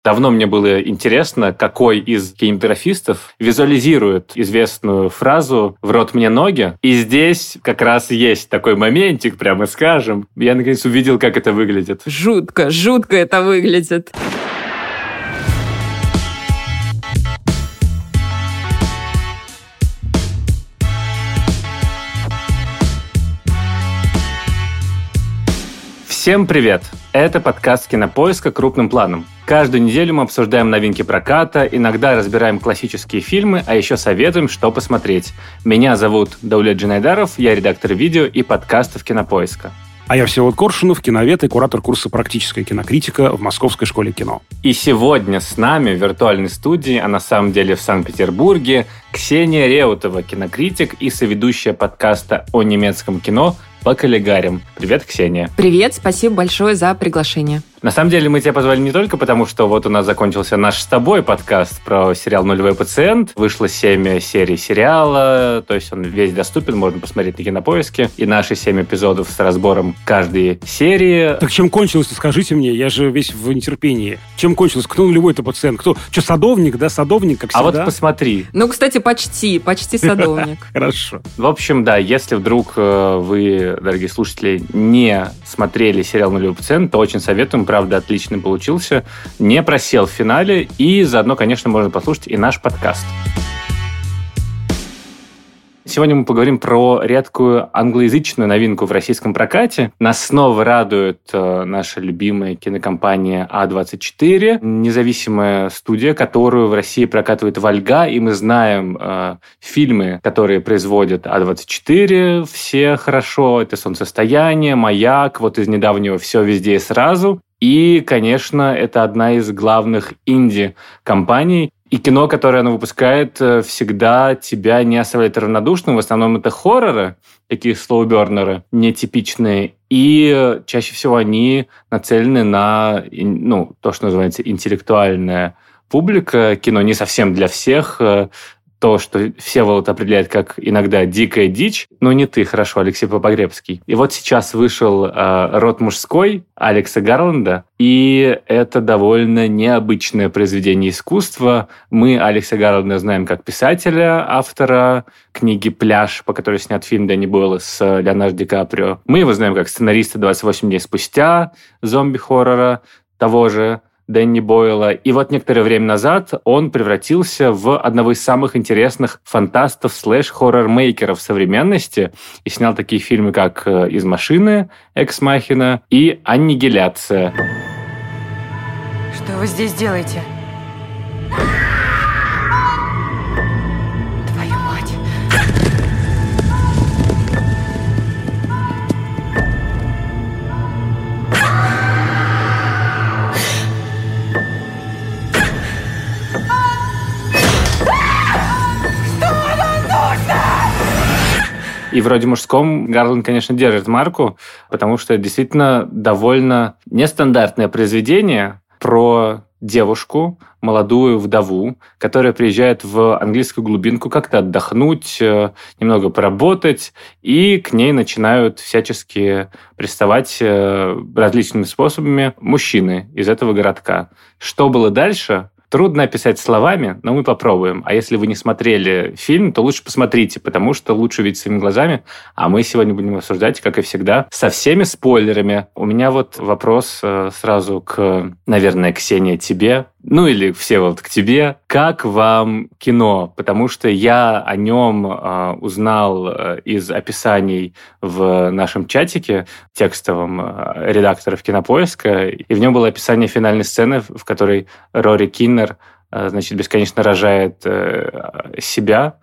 Давно мне было интересно, какой из кинематографистов визуализирует известную фразу «в рот мне ноги». И здесь как раз есть такой моментик, прямо скажем. Я, наконец, увидел, как это выглядит. Жутко это выглядит. Всем привет! Это подкаст «Кинопоиска. Крупным планом». Каждую неделю мы обсуждаем новинки проката, иногда разбираем классические фильмы, а еще советуем, что посмотреть. Меня зовут Даулет Джинайдаров, я редактор видео и подкастов «Кинопоиска». А я Всеволод Коршунов, киновед и куратор курса «Практическая кинокритика» в Московской школе кино. И сегодня с нами в виртуальной студии, а на самом деле в Санкт-Петербурге, Ксения Реутова, кинокритик и соведущая подкаста о немецком кино «По коллегарям». Привет, Ксения. Привет, спасибо большое за приглашение. На самом деле мы тебя позвали не только потому, что вот у нас закончился наш с тобой подкаст про сериал «Нулевой пациент». Вышло 7 серий сериала, то есть он весь доступен, можно посмотреть на Кинопоиске. И наши 7 эпизодов с разбором каждой серии. Так чем кончилось-то, скажите мне? Я же весь в нетерпении. Чем кончилось? Кто нулевой-то пациент? Кто? Что, садовник, да? Садовник, как всегда? А вот посмотри. Ну, кстати, почти садовник. Хорошо. В общем, да, если вдруг вы, дорогие слушатели, не смотрели сериал «Нулевой пациент», то очень советуем. Правда, отлично получился. Не просел в финале. И заодно, конечно, можно послушать и наш подкаст. Сегодня мы поговорим про редкую англоязычную новинку в российском прокате. Нас снова радует наша любимая кинокомпания А24, независимая студия, которую в России прокатывает Вольга, и мы знаем фильмы, которые производят А24, все хорошо. Это «Солнцестояние», «Маяк», вот из недавнего «Все везде и сразу». И, конечно, это одна из главных инди-компаний. И кино, которое она выпускает, всегда тебя не оставляет равнодушным. В основном это хорроры, такие слоубернеры, нетипичные. И чаще всего они нацелены на, то, что называется интеллектуальная публика. Кино не совсем для всех. То, что Всеволод определяет как иногда дикая дичь, но не ты, хорошо, Алексей Попогребский. И вот сейчас вышел «Род мужской» Алекса Гарланда, и это довольно необычное произведение искусства. Мы Алекса Гарланда знаем как писателя, автора книги «Пляж», по которой снят фильм Дэнни Бойла с Леонардо Ди Каприо. Мы его знаем как сценариста «28 дней спустя», зомби-хоррора, того же Дэнни Бойла. И вот некоторое время назад он превратился в одного из самых интересных фантастов слэш-хоррор-мейкеров современности и снял такие фильмы, как «Из машины», «Экс Махина» и «Аннигиляция». Что вы здесь делаете? Твою мать. И вроде мужском Гарланд, конечно, держит марку, потому что это действительно довольно нестандартное произведение про девушку, молодую вдову, которая приезжает в английскую глубинку как-то отдохнуть, немного поработать, и к ней начинают всячески приставать различными способами мужчины из этого городка. Что было дальше? Трудно описать словами, но мы попробуем. А если вы не смотрели фильм, то лучше посмотрите, потому что лучше видеть своими глазами. А мы сегодня будем обсуждать, как и всегда, со всеми спойлерами. У меня вот вопрос сразу к, наверное, Ксения, тебе. Ну или, Всеволод, к тебе. Как вам кино? Потому что я о нем узнал из описаний в нашем чатике текстовом редакторов Кинопоиска. И в нем было описание финальной сцены, в которой Рори Киннер, значит, бесконечно рожает себя.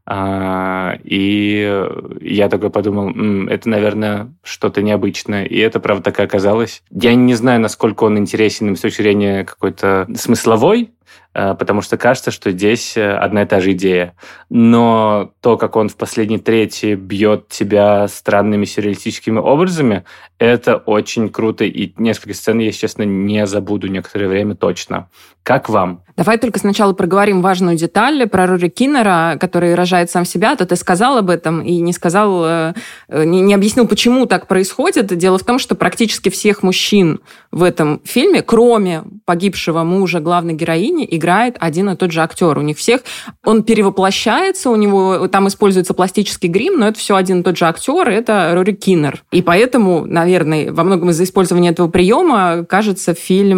И я такой подумал, это, наверное, что-то необычное. И это, правда, так и оказалось. Я не знаю, насколько он интересен с точки зрения какой-то смысловой, потому что кажется, что здесь одна и та же идея. Но то, как он в последней трети бьет тебя странными сюрреалистическими образами, это очень круто. И несколько сцен я, честно, не забуду некоторое время точно. Как вам? Давай только сначала проговорим важную деталь про Рори Киннера, который рожает сам себя. То ты сказал об этом и не сказал, не объяснил, почему так происходит. Дело в том, что практически всех мужчин в этом фильме, кроме погибшего мужа главной героини, играет один и тот же актер. У них всех он перевоплощается, у него там используется пластический грим, но это все один и тот же актер, это Рори Киннер. И поэтому, наверное, во многом из-за использования этого приема кажется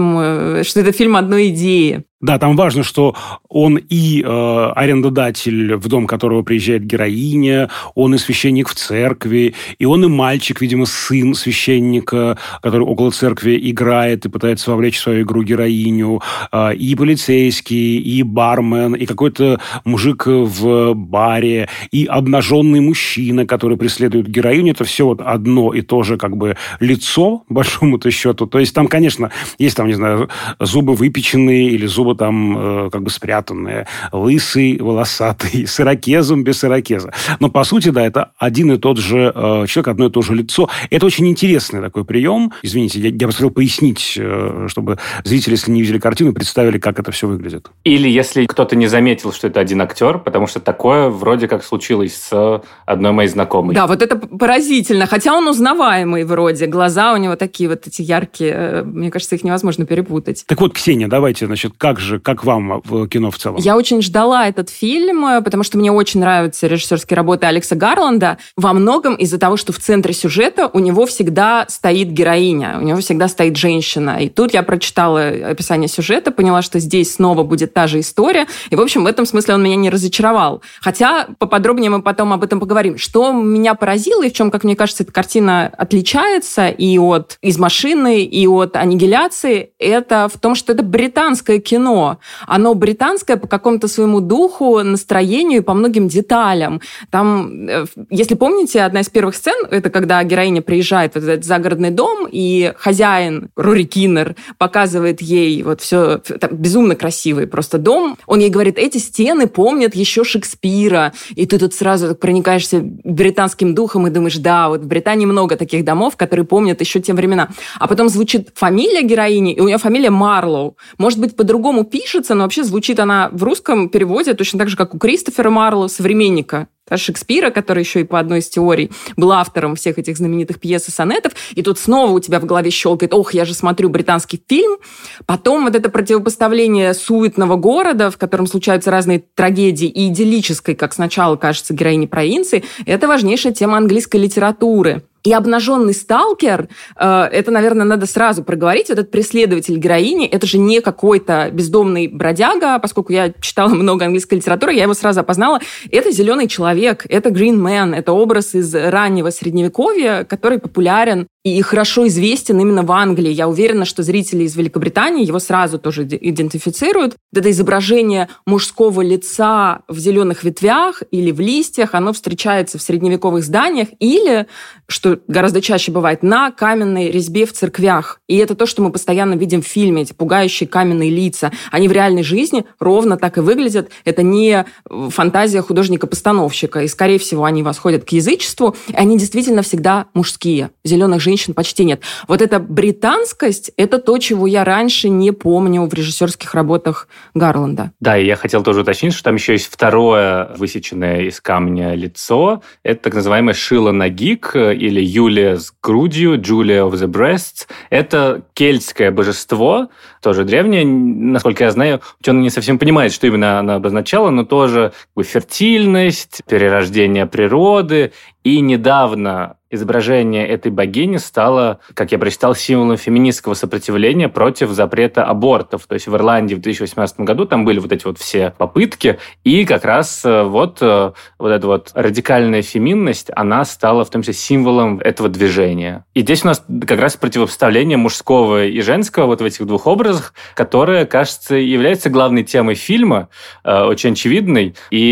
что это фильм одной идеи. Да, там важно, что он и арендодатель, в дом которого приезжает героиня, он и священник в церкви, и он и мальчик, видимо, сын священника, который около церкви играет и пытается вовлечь в свою игру героиню, и полицейский, и бармен, и какой-то мужик в баре, и обнаженный мужчина, который преследует героиню. Это все вот одно и то же как бы лицо, большому-то счету. То есть там, конечно, есть там, не знаю, зубы выпеченные или зубы там как бы спрятанные, лысый, волосатый, с ирокезом, без ирокеза. Но, по сути, да, это один и тот же человек, одно и то же лицо. Это очень интересный такой прием. Извините, я бы хотел пояснить, чтобы зрители, если не видели картину, представили, как это все выглядит. Или если кто-то не заметил, что это один актер, потому что такое вроде как случилось с одной моей знакомой. Да, вот это поразительно. Хотя он узнаваемый вроде. Глаза у него такие вот эти яркие. Мне кажется, их невозможно перепутать. Так вот, Ксения, давайте, значит, как вам в кино в целом? Я очень ждала этот фильм, потому что мне очень нравятся режиссерские работы Алекса Гарланда. Во многом из-за того, что в центре сюжета у него всегда стоит героиня, у него всегда стоит женщина. И тут я прочитала описание сюжета, поняла, что здесь снова будет та же история. И, в общем, в этом смысле он меня не разочаровал. Хотя поподробнее мы потом об этом поговорим. Что меня поразило, и в чем, как мне кажется, эта картина отличается и от «Из машины», и от «Аннигиляции», это в том, что это британское кино. Оно британское по какому-то своему духу, настроению и по многим деталям. Там, если помните, одна из первых сцен, это когда героиня приезжает в этот загородный дом, и хозяин, Рори Киннер, показывает ей вот все, там, безумно красивый просто дом. Он ей говорит, эти стены помнят еще Шекспира. И ты тут сразу так проникаешься британским духом и думаешь, да, вот в Британии много таких домов, которые помнят еще те времена. А потом звучит фамилия героини, и у нее фамилия Марлоу. Может быть, по-другому пишется, но вообще звучит она в русском переводе точно так же, как у Кристофера Марлоу, современника Шекспира, который еще и по одной из теорий был автором всех этих знаменитых пьес и сонетов. И тут снова у тебя в голове щелкает, ох, я же смотрю британский фильм. Потом вот это противопоставление суетного города, в котором случаются разные трагедии, и идиллической, как сначала кажется, героини провинции, это важнейшая тема английской литературы. И обнаженный сталкер, это, наверное, надо сразу проговорить, вот этот преследователь героини, это же не какой-то бездомный бродяга, поскольку я читала много английской литературы, я его сразу опознала. Это зеленый человек, это Green Man, это образ из раннего Средневековья, который популярен и хорошо известен именно в Англии. Я уверена, что зрители из Великобритании его сразу тоже идентифицируют. Это изображение мужского лица в зеленых ветвях или в листьях, оно встречается в средневековых зданиях или, что гораздо чаще бывает, на каменной резьбе в церквях. И это то, что мы постоянно видим в фильме, эти пугающие каменные лица. Они в реальной жизни ровно так и выглядят. Это не фантазия художника-постановщика. И, скорее всего, они восходят к язычеству. И они действительно всегда мужские. Зеленых женщин почти нет. Вот эта британскость – это то, чего я раньше не помню в режиссерских работах Гарланда. Да, и я хотел тоже уточнить, что там еще есть второе высеченное из камня лицо. Это так называемое Шила Нагик или Юлия с грудью, Julia of the Breasts. Это кельтское божество, тоже древнее. Насколько я знаю, ученый не совсем понимает, что именно она обозначала, но тоже фертильность, перерождение природы. И недавно изображение этой богини стало, как я прочитал, символом феминистского сопротивления против запрета абортов. То есть в Ирландии в 2018 году там были вот эти вот все попытки, и как раз вот эта вот радикальная феминность, она стала в том числе символом этого движения. И здесь у нас как раз противопоставление мужского и женского вот в этих двух образах, которое, кажется, является главной темой фильма, очень очевидной. И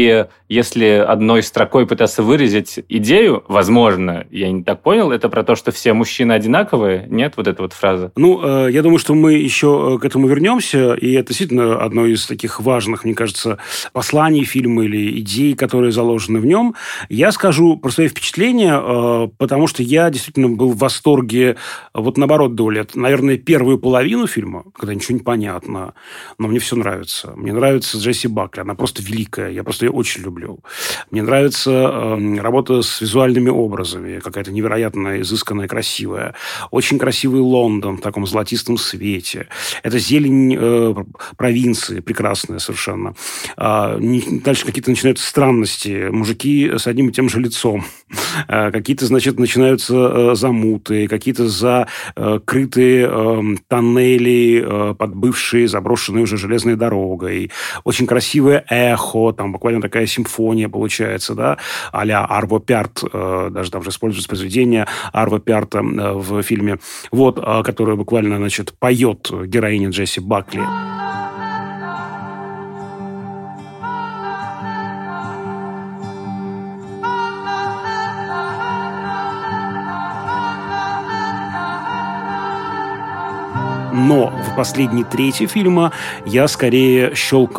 если одной строкой пытаться выразить идею, возможно, я не так понял, это про то, что все мужчины одинаковые? Нет, вот эта вот фраза? Ну, я думаю, что мы еще к этому вернемся, и это действительно одно из таких важных, мне кажется, посланий фильма или идей, которые заложены в нем. Я скажу про свои впечатления, потому что я действительно был в восторге, вот наоборот, наверное, первую половину фильма, когда ничего не понятно, но мне все нравится. Мне нравится Джесси Бакли, она просто великая, я просто ее очень люблю. Мне нравится работа с визуальными образами, какая-то невероятно изысканная, красивая. Очень красивый Лондон в таком золотистом свете. Это зелень провинции, прекрасная совершенно. Дальше какие-то начинаются странности. Мужики с одним и тем же лицом. Какие-то, значит, начинаются замуты, какие-то закрытые тоннели под бывшей заброшенной уже железной дорогой. Очень красивое эхо, там буквально такая симфония получается, да, а-ля Арво Пярт, даже там же используется произведение Арво Пярта в фильме, вот, которое буквально, значит, поет героиня Джесси Бакли. Но в последней трети фильма я скорее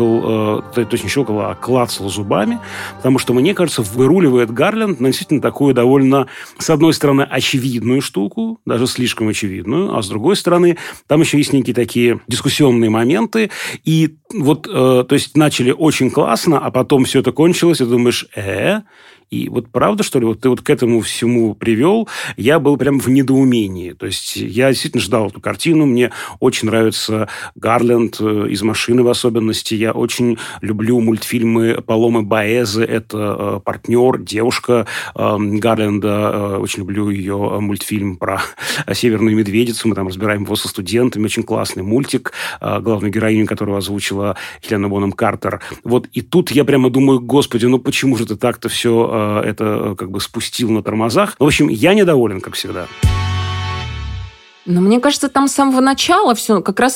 клацал зубами, потому что, мне кажется, выруливает Гарленд на действительно такую довольно, с одной стороны, очевидную штуку, даже слишком очевидную, а с другой стороны, там еще есть некие такие дискуссионные моменты, и вот, то есть, начали очень классно, а потом все это кончилось, и ты думаешь, и вот правда, что ли, вот ты вот к этому всему привел, я был прям в недоумении. То есть я действительно ждал эту картину, мне очень нравится Гарленд из «Машины» в особенности, я очень люблю мультфильмы Паломы Боэзы, это партнер, девушка Гарленда, очень люблю ее мультфильм про Северную Медведицу, мы там разбираем его со студентами, очень классный мультик, главную героиню которого озвучила Хелена Бонем Картер. Вот и тут я прямо думаю, господи, ну почему же ты так-то все это как бы спустил на тормозах. В общем, я недоволен, как всегда. Но мне кажется, там с самого начала все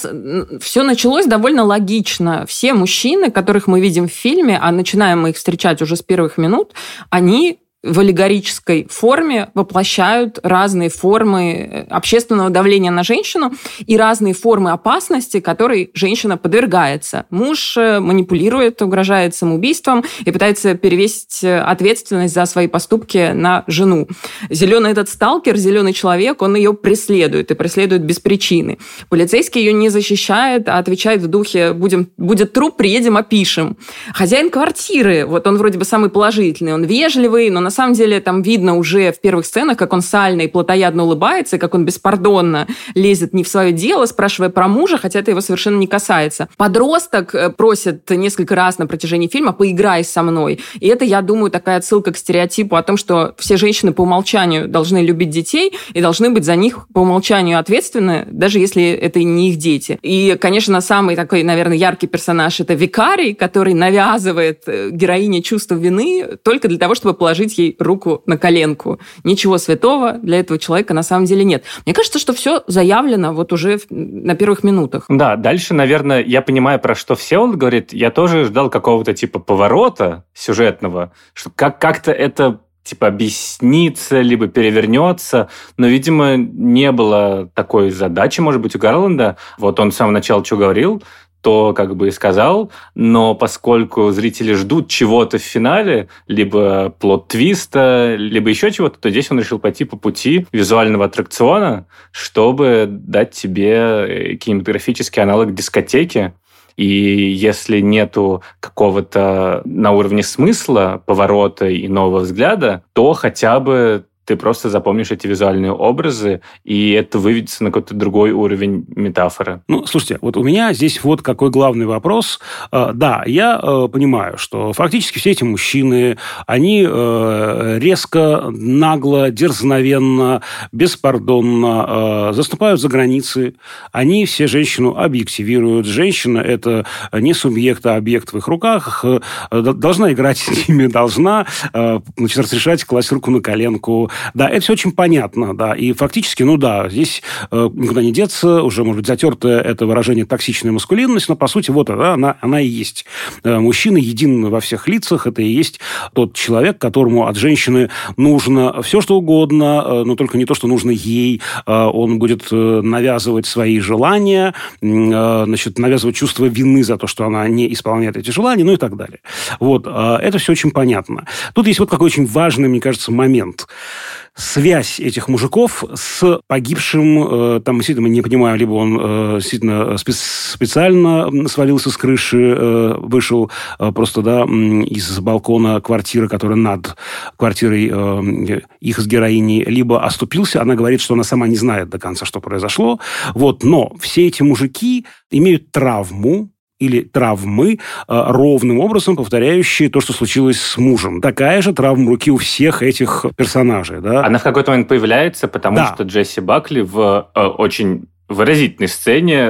началось довольно логично. Все мужчины, которых мы видим в фильме, а начинаем мы их встречать уже с первых минут, они в аллегорической форме воплощают разные формы общественного давления на женщину и разные формы опасности, которой женщина подвергается. Муж манипулирует, угрожает самоубийством и пытается перевесить ответственность за свои поступки на жену. Зеленый этот сталкер, зеленый человек, он ее преследует, и преследует без причины. Полицейский ее не защищает, а отвечает в духе «будет труп, приедем, опишем». Хозяин квартиры, вот он вроде бы самый положительный, он вежливый, но на самом деле там видно уже в первых сценах, как он сально и плотоядно улыбается, и как он беспардонно лезет не в свое дело, спрашивая про мужа, хотя это его совершенно не касается. Подросток просит несколько раз на протяжении фильма «поиграй со мной». И это, я думаю, такая отсылка к стереотипу о том, что все женщины по умолчанию должны любить детей и должны быть за них по умолчанию ответственны, даже если это не их дети. И, конечно, самый такой, наверное, яркий персонаж – это викарий, который навязывает героине чувство вины только для того, чтобы положить ей руку на коленку. Ничего святого для этого человека на самом деле нет. Мне кажется, что все заявлено вот уже на первых минутах. Да, дальше, наверное, я понимаю, про что Всеволод говорит. Я тоже ждал какого-то типа поворота сюжетного, что как-то это типа объяснится, либо перевернется, но, видимо, не было такой задачи, может быть, у Гарленда. Вот он с самого начала что говорил, то как бы и сказал, но поскольку зрители ждут чего-то в финале, либо плот-твиста, либо еще чего-то, то здесь он решил пойти по пути визуального аттракциона, чтобы дать тебе кинематографический аналог дискотеки. И если нету какого-то на уровне смысла, поворота и нового взгляда, то хотя бы ты просто запомнишь эти визуальные образы, и это выведется на какой-то другой уровень метафоры. Ну, слушайте, вот у меня здесь вот какой главный вопрос. Да, я понимаю, что фактически все эти мужчины, они резко, нагло, дерзновенно, беспардонно заступают за границы. Они все женщину объективируют. Женщина – это не субъект, а объект в их руках. Должна играть с ними, должна, значит, разрешать класть руку на коленку, Да, это все очень понятно, да, и фактически, здесь никуда не деться, уже, может быть, затертое это выражение токсичная маскулинность, но, по сути, вот она и есть. Мужчина един во всех лицах, это и есть тот человек, которому от женщины нужно все, что угодно, но только не то, что нужно ей. Он будет навязывать свои желания, навязывать чувство вины за то, что она не исполняет эти желания, и так далее. Вот, это все очень понятно. Тут есть вот какой очень важный, мне кажется, момент. Связь этих мужиков с погибшим, там, действительно, мы не понимаем, либо он действительно специально свалился с крыши, вышел просто, из балкона квартиры, которая над квартирой их с героиней, либо оступился. Она говорит, что она сама не знает до конца, что произошло. Вот, но все эти мужики имеют травму, или травмы, ровным образом повторяющие то, что случилось с мужем. Такая же травма руки у всех этих персонажей. Да? Она в какой-то момент появляется, потому что Джесси Бакли в очень выразительной сцене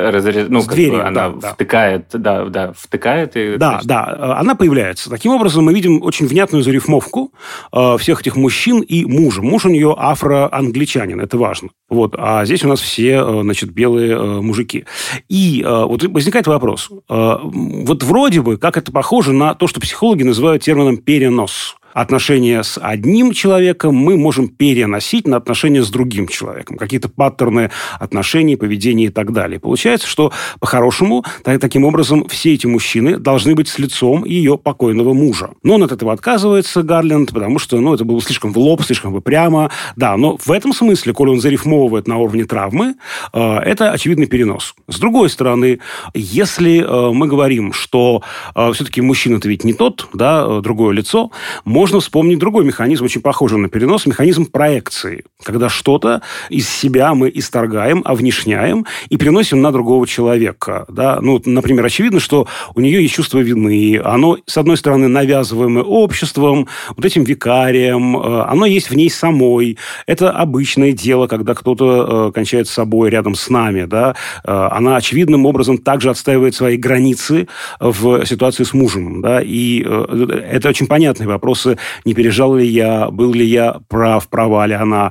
она втыкает. Втыкает. Она появляется. Таким образом, мы видим очень внятную зарифмовку всех этих мужчин и мужа. Муж у нее афроангличанин, это важно. Вот. А здесь у нас все, белые мужики. И вот возникает вопрос. Вот вроде бы, как это похоже на то, что психологи называют термином «перенос». Отношения с одним человеком мы можем переносить на отношения с другим человеком. Какие-то паттерны отношений, поведения и так далее. Получается, что по-хорошему, таким образом, все эти мужчины должны быть с лицом ее покойного мужа. Но он от этого отказывается, Гарленд, потому что, это было слишком в лоб, слишком бы прямо. Да, но в этом смысле, коли он зарифмовывает на уровне травмы, это очевидный перенос. С другой стороны, если мы говорим, что все-таки мужчина-то ведь не тот, другое лицо, можно вспомнить другой механизм, очень похожий на перенос, механизм проекции. Когда что-то из себя мы исторгаем, овнешняем и переносим на другого человека. Да? Например, очевидно, что у нее есть чувство вины. Оно, с одной стороны, навязываемое обществом, вот этим викарием. Оно есть в ней самой. Это обычное дело, когда кто-то кончает с собой рядом с нами. Да? Она очевидным образом также отстаивает свои границы в ситуации с мужем. Да? И это очень понятные вопросы. Не пережал ли я, был ли я прав, права ли она.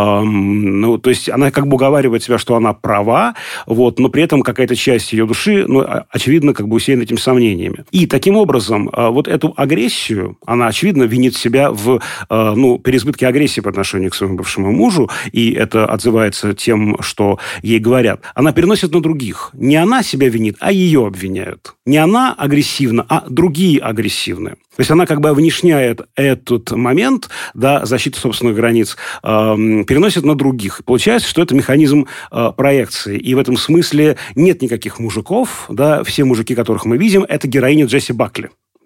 То есть она как бы уговаривает себя, что она права, но при этом какая-то часть ее души, очевидно, как бы усеяна этими сомнениями. И таким образом вот эту агрессию, она, очевидно, винит себя в переизбытке агрессии по отношению к своему бывшему мужу, и это отзывается тем, что ей говорят. Она переносит на других. Не она себя винит, а ее обвиняют. Не она агрессивна, а другие агрессивны. То есть она как бы внешняет этот момент, защиты собственных границ, переносит на других. Получается, что это механизм проекции. И в этом смысле нет никаких мужиков. Все мужики, которых мы видим, это героиня Джесси Бакли.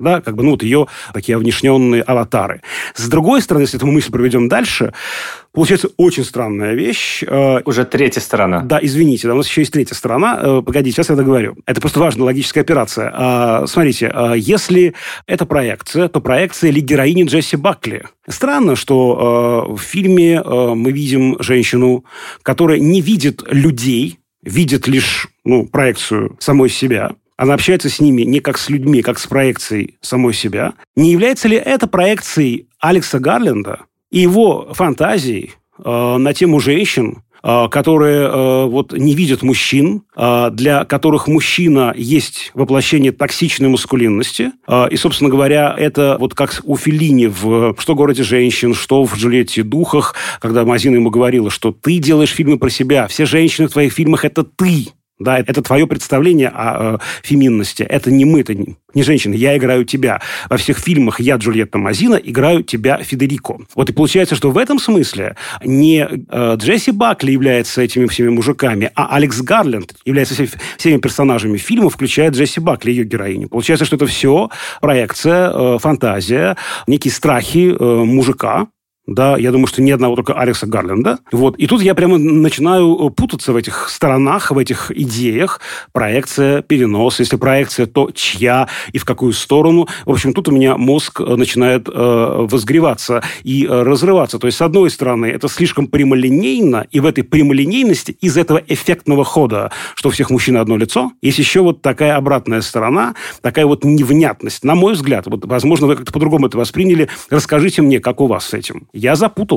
Ее такие овнешненные аватары. С другой стороны, если эту мысль проведем дальше, получается очень странная вещь. Уже третья сторона. Да, извините, у нас еще есть третья сторона. Погодите, сейчас я договорю. Это просто важная логическая операция. Смотрите, если это проекция, то проекция ли героини Джесси Бакли? Странно, что в фильме мы видим женщину, которая не видит людей, видит лишь проекцию самой себя. Она общается с ними не как с людьми, как с проекцией самой себя. Не является ли это проекцией Алекса Гарленда и его фантазий на тему женщин, которые не видят мужчин, для которых мужчина есть воплощение токсичной маскулинности. И, собственно говоря, это как у Феллини в «Что городе женщин», что в «Джульетте и духах», когда Мазина ему говорила, что ты делаешь фильмы про себя, все женщины в твоих фильмах – это ты. Да, это твое представление о феминности. Это не мы, это не женщины. Я играю тебя. Во всех фильмах я, Джульетта Мазина, играю тебя, Федерико. Вот и получается, что в этом смысле не Джесси Бакли является этими всеми мужиками, а Алекс Гарленд является всеми персонажами фильма, включая Джесси Бакли, ее героиню. Получается, что это все проекция, фантазия, некие страхи мужика. Да, я думаю, что ни одного только Алекса Гарленда. И тут я прямо начинаю путаться в этих сторонах, в этих идеях. Проекция, перенос. Если проекция, то чья и в какую сторону. В общем, тут у меня мозг начинает возгреваться и разрываться. То есть, с одной стороны, это слишком прямолинейно, и в этой прямолинейности из этого эффектного хода, что у всех мужчин одно лицо, есть еще такая обратная сторона, такая невнятность. На мой взгляд, возможно, вы как-то по-другому это восприняли. Расскажите мне, как у вас с этим. Я запутался.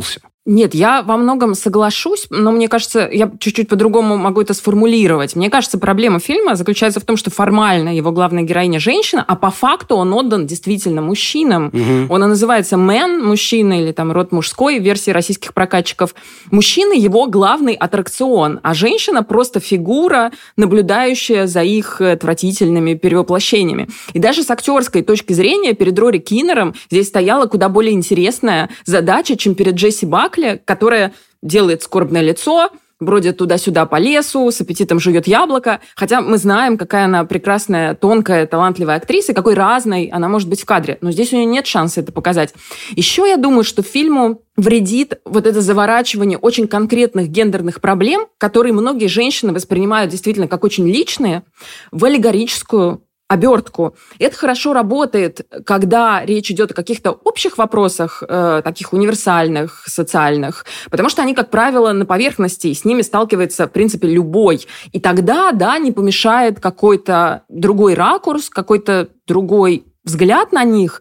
Нет, я во многом соглашусь, но мне кажется, я чуть-чуть по-другому могу это сформулировать. Мне кажется, проблема фильма заключается в том, что формально его главная героиня женщина, а по факту он отдан действительно мужчинам. Угу. Он и называется «Man», мужчина, или там род мужской в версии российских прокатчиков. Мужчина – его главный аттракцион, а женщина – просто фигура, наблюдающая за их отвратительными перевоплощениями. И даже с актерской точки зрения перед Рори Киннером здесь стояла куда более интересная задача, чем перед Джесси Бакли, которая делает скорбное лицо, бродит туда-сюда по лесу, с аппетитом жует яблоко. Хотя мы знаем, какая она прекрасная, тонкая, талантливая актриса, какой разной она может быть в кадре. Но здесь у нее нет шанса это показать. Еще я думаю, что фильму вредит вот это заворачивание очень конкретных гендерных проблем, которые многие женщины воспринимают действительно как очень личные, в аллегорическую обертку. Это хорошо работает, когда речь идет о каких-то общих вопросах, таких универсальных, социальных, потому что они, как правило, на поверхности, и с ними сталкивается, в принципе, любой. И тогда, да, не помешает какой-то другой ракурс, какой-то другой взгляд на них,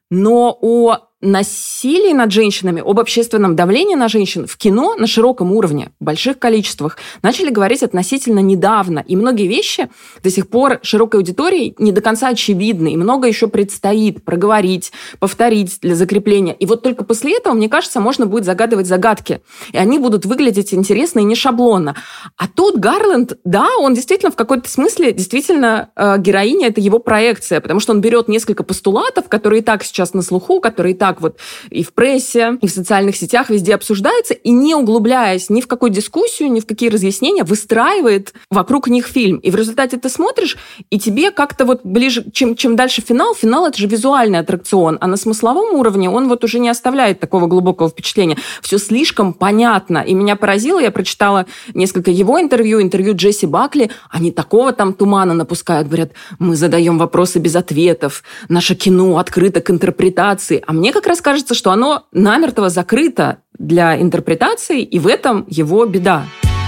но о насилии над женщинами, об общественном давлении на женщин в кино на широком уровне, в больших количествах, начали говорить относительно недавно. И многие вещи до сих пор широкой аудитории не до конца очевидны. И много еще предстоит проговорить, повторить для закрепления. И вот только после этого, мне кажется, можно будет загадывать загадки. И они будут выглядеть интересно и не шаблонно. А тут Гарленд, да, он действительно в какой-то смысле, действительно, героиня – это его проекция, потому что он берет несколько постулатов, которые и так сейчас на слуху, которые и так вот и в прессе, и в социальных сетях везде обсуждаются, и не углубляясь ни в какую дискуссию, ни в какие разъяснения, выстраивает вокруг них фильм. И в результате ты смотришь, и тебе как-то вот ближе, чем дальше финал – это же визуальный аттракцион, а на смысловом уровне он вот уже не оставляет такого глубокого впечатления. Все слишком понятно. И меня поразило, я прочитала несколько его интервью Джесси Бакли, они такого там тумана напускают, говорят, мы задаем вопросы без ответов, наше кино открыто к интерпретации, а мне как раз кажется, что оно намертво закрыто для интерпретации, и в этом его беда.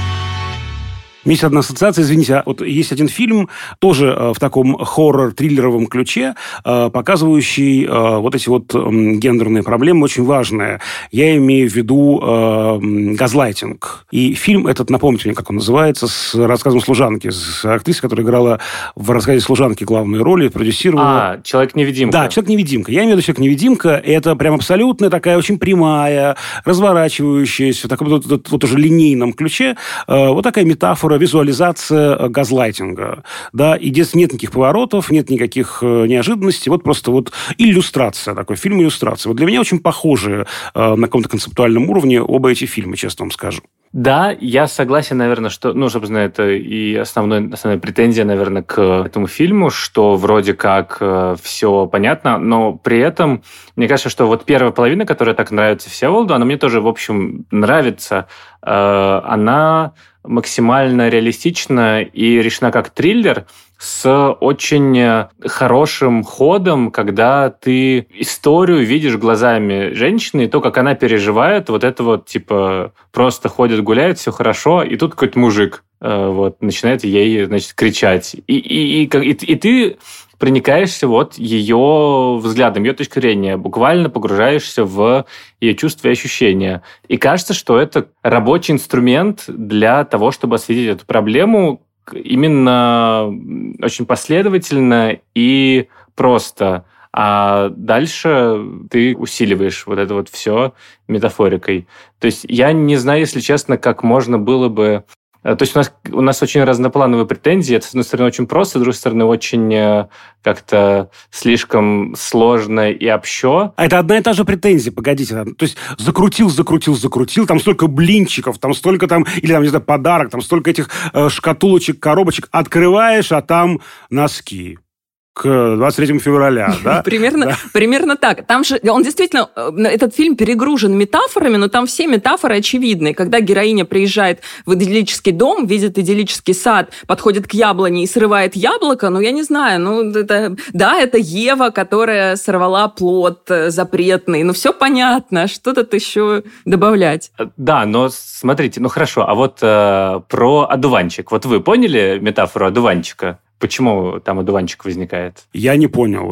У меня есть одна ассоциация, извините, вот есть один фильм, тоже в таком хоррор-триллеровом ключе, показывающий вот эти вот гендерные проблемы, очень важные. Я имею в виду «Газлайтинг». И фильм этот, напомните мне, как он называется, с рассказом «Служанки», с актрисой, которая играла в рассказе «Служанки» главные роли, продюсировала... «Человек-невидимка». Да, «Человек-невидимка». Я имею в виду «Человек-невидимка». Это прям абсолютно такая очень прямая, разворачивающаяся, в таком вот уже линейном ключе, вот такая метафора, визуализация газлайтинга. Да, и здесь нет никаких поворотов, нет никаких неожиданностей, вот просто вот иллюстрация, такой фильм-иллюстрация. Вот для меня очень похожи на каком-то концептуальном уровне оба эти фильма, честно вам скажу. Да, я согласен, наверное, что, собственно, это и основная претензия, наверное, к этому фильму, что вроде как все понятно, но при этом мне кажется, что вот первая половина, которая так нравится Всеволоду, она мне тоже, в общем, нравится. Она максимально реалистична и решена как триллер с очень хорошим ходом, когда ты историю видишь глазами женщины, и то, как она переживает, вот это вот, типа, просто ходит, гуляет, все хорошо, и тут какой-то мужик вот, начинает ей, значит, кричать. И ты проникаешься вот ее взглядом, ее точкой зрения, буквально погружаешься в ее чувства и ощущения. И кажется, что это рабочий инструмент для того, чтобы осветить эту проблему именно очень последовательно и просто. А дальше ты усиливаешь вот это вот все метафорикой. То есть я не знаю, если честно, как можно было бы... То есть у нас очень разноплановые претензии. Это, с одной стороны, очень просто, с другой стороны, очень как-то слишком сложно и общо. А это одна и та же претензия, погодите. То есть закрутил, там столько блинчиков, там столько там, или там, не знаю, подарок, там столько этих шкатулочек, коробочек. Открываешь, а там носки. К 23 февраля, да? Примерно так. Там же, он действительно, этот фильм перегружен метафорами, но там все метафоры очевидны. Когда героиня приезжает в идиллический дом, видит идиллический сад, подходит к яблоне и срывает яблоко, я не знаю, это Ева, которая сорвала плод запретный. Все понятно, что тут еще добавлять? Да, но смотрите, хорошо, а вот про одуванчик. Вот вы поняли метафору одуванчика? Почему там одуванчик возникает? Я не понял.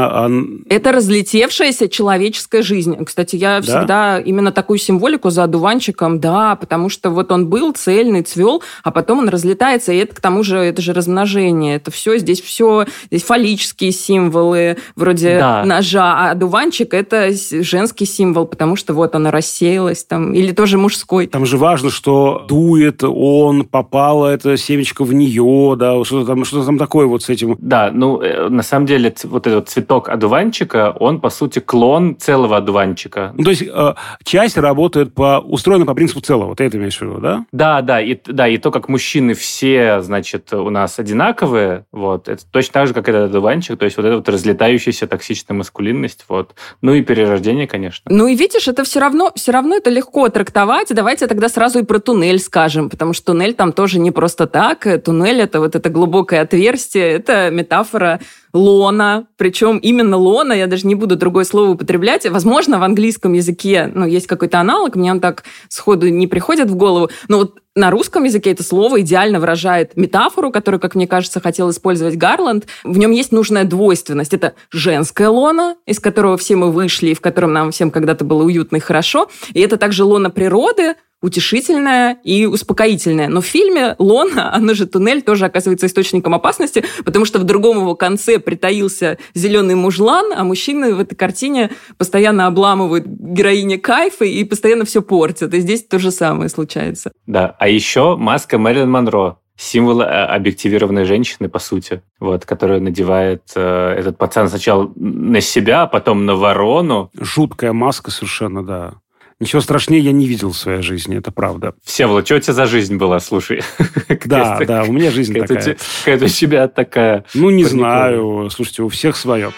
Это разлетевшаяся человеческая жизнь. Кстати, я всегда именно такую символику за одуванчиком, потому что вот он был цельный, цвел, а потом он разлетается, и это к тому же, это же размножение. Это все, здесь фаллические символы, вроде ножа, а одуванчик – это женский символ, потому что вот она рассеялась там, или тоже мужской. Там же важно, что дует он, попало это семечко в нее, да, что-то там такое вот с этим. Да, на самом деле вот этот цветок одуванчика, он, по сути, клон целого одуванчика. То есть часть работает устроена по принципу целого, ты это имеешь в виду, да? Да, и то, как мужчины все, значит, у нас одинаковые, вот, это точно так же, как этот одуванчик, то есть вот эта вот разлетающаяся токсичная маскулинность, вот. Ну и перерождение, конечно. Ну и видишь, это все равно это легко трактовать. Давайте тогда сразу и про туннель скажем, потому что туннель там тоже не просто так. Туннель – это вот это глубокое отверстие, это метафора лона, причем именно лона, я даже не буду другое слово употреблять. Возможно, в английском языке, есть какой-то аналог, мне он так сходу не приходит в голову, но вот на русском языке это слово идеально выражает метафору, которую, как мне кажется, хотел использовать Гарланд. В нем есть нужная двойственность. Это женское лоно, из которого все мы вышли, и в котором нам всем когда-то было уютно и хорошо. И это также лоно природы, утешительная и успокоительная. Но в фильме лона, оно же туннель, тоже оказывается источником опасности, потому что в другом его конце притаился зеленый мужлан, а мужчины в этой картине постоянно обламывают героине кайфы и постоянно все портят. И здесь то же самое случается. Да, а еще маска Мэрилин Монро. Символ объективированной женщины, по сути, вот, которую надевает этот пацан сначала на себя, а потом на ворону. Жуткая маска совершенно, да. Ничего страшнее я не видел в своей жизни, это правда. Всеволод, что у тебя за жизнь была, слушай? Да, у меня жизнь такая. Какая-то у тебя такая... Не знаю, слушайте, у всех свое.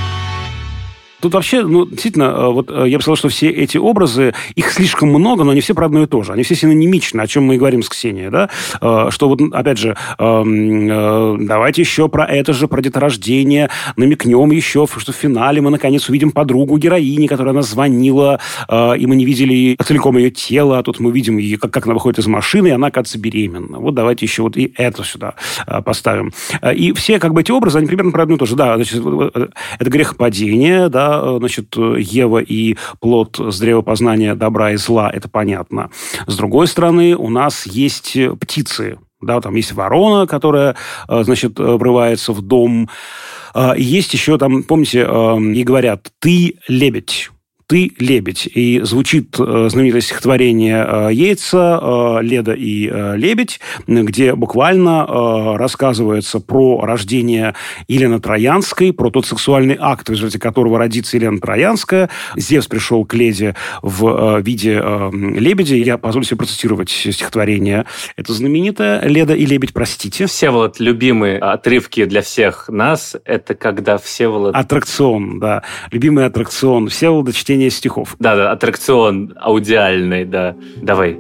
Тут вообще, действительно, вот я бы сказал, что все эти образы, их слишком много, но они все про одно и то же. Они все синонимичны, о чем мы и говорим с Ксенией, да? Что вот, опять же, давайте еще про это же, про деторождение, намекнем еще, что в финале мы, наконец, увидим подругу героини, которая она звонила, и мы не видели целиком ее тело, а тут мы видим ее, как она выходит из машины, и она, оказывается, беременна. Вот давайте еще вот и это сюда поставим. И все, эти образы, они примерно про одно и то же. Да, значит, это грехопадение, да, значит, Ева и плод с древа познания добра и зла, это понятно. С другой стороны, у нас есть птицы. Да, там есть ворона, которая, значит, врывается в дом. Есть еще там, помните, и говорят: «Ты лебедь». «Ты лебедь». И звучит знаменитое стихотворение Йейтса «Леда и лебедь», где буквально рассказывается про рождение Елены Троянской, про тот сексуальный акт, в результате которого родится Елена Троянская. Зевс пришел к Леде в виде лебедя. Я позволю себе процитировать стихотворение. Это знаменитое «Леда и лебедь, простите». Всеволод, любимые отрывки для всех нас, это когда Всеволод... Аттракцион, да. Любимый аттракцион Всеволода — чтение стихов. Да, аттракцион аудиальный, да. Давай.